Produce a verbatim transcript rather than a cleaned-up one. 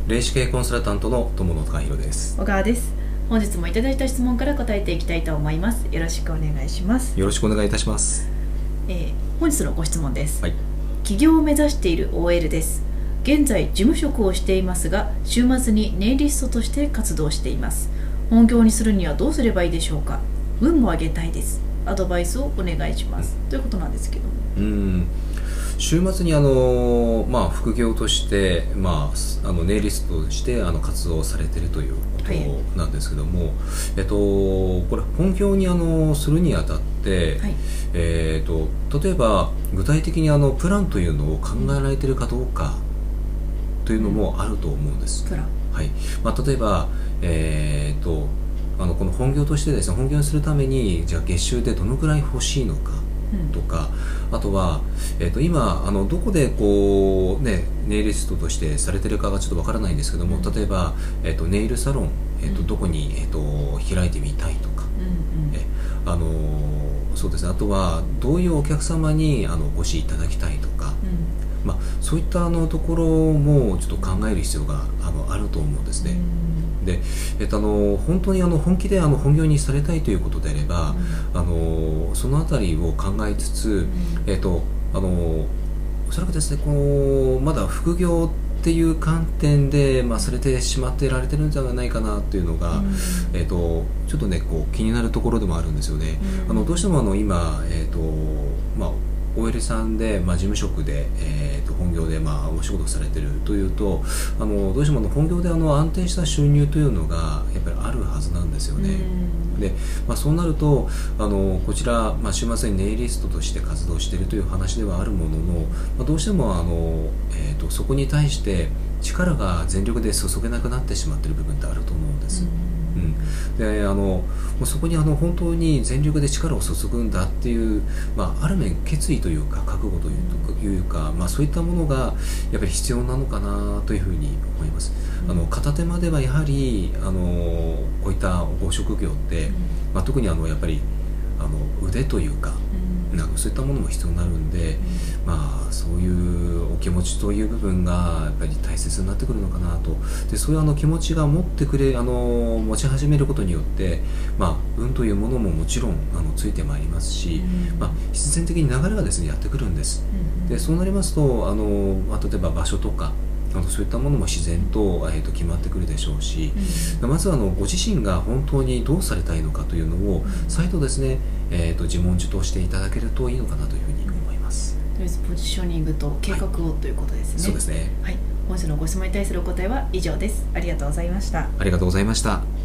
霊視系コンサルタントの友野貴弘です。 小川です。本日もいただいた質問から答えていきたいと思います。よろしくお願いします。 よろしくお願いいたします。 えー、本日のご質問です、 はい、 起業を目指している オーエル です。現在事務職をしていますが、週末にネイリストとして活動しています。本業にするにはどうすればいいでしょうか。運も上げたいです。アドバイスをお願いします、うん、ということなんですけども、 うん週末にあの、まあ、副業として、まあ、あのネイリストとしてあの活動されているということなんですけども、はい、えっと、これ本業にあのするにあたって、はい、えー、と例えば具体的にあのプランというのを考えられているかどうかというのもあると思うんです。 プラン、 はい、まあ、例えば、えー、とあのこの本業としてですね、本業にするためにじゃあ月収でどのくらい欲しいのかとか、うん、あとは、えー、と今あのどこでこう、ね、ネイリストとしてされてるかがちょっとわからないんですけども、うん、例えば、えー、とネイルサロン、えー、とどこに、えー、と開いてみたいとか、うんうん、えあのそうですね、あとはどういうお客様にあのお越しいただきたいとか、うん、まあ、そういったあのところもちょっと考える必要があのあると思うんですね。うん、でえっと、あの本当にあの本気であの本業にされたいということであれば、うん、あのそのあたりを考えつつ、うん、えっと、あのおそらくですね、このまだ副業っていう観点で、まあ、されてしまっていられてるんじゃないかなというのが、うん、えっと、ちょっとねこう気になるところでもあるんですよね。うん、あのどうしてもあの今、えっとまあオーエル さんで、まあ、事務職で、えー、と本業で、まあ、お仕事されているというと、あのどうしてもあの本業であの安定した収入というのがやっぱりあるはずなんですよね。で、まあ、そうなるとあのこちら、まあ、週末にネイリストとして活動しているという話ではあるものの、まあ、どうしてもあの、えー、とそこに対して力が全力で注げなくなってしまっている部分ってあると思うんです。うん、であのもうそこにあの本当に全力で力を注ぐんだっていう、まあ、ある面決意というか覚悟というか、まあ、そういったものがやっぱり必要なのかなというふうに思います。うん、あの片手間ではやはりあのこういったご職業って、うん、まあ、特にあのやっぱりあの腕というか、うん、なんかそういったものも必要になるんで、うん、まあ、そういうお気持ちという部分がやっぱり大切になってくるのかなと。でそういうあの気持ちが持ってくれあの持ち始めることによって、まあ、運というものももちろんあのついてまいりますし、うん、まあ、必然的に流れがですねやってくるんです。うん、でそうなりますとあの、まあ、例えば場所とかあのそういったものも自然と、えー、と決まってくるでしょうし、うん、まずあのご自身が本当にどうされたいのかというのを、うん、再度ですね、えー、と自問自答していただけるといいのかなというふうに思います。 とりあえずポジショニングと計画を、はい、ということですね。 そうですね。 はい、本日のご質問に対するお答えは以上です。ありがとうございました。 ありがとうございました。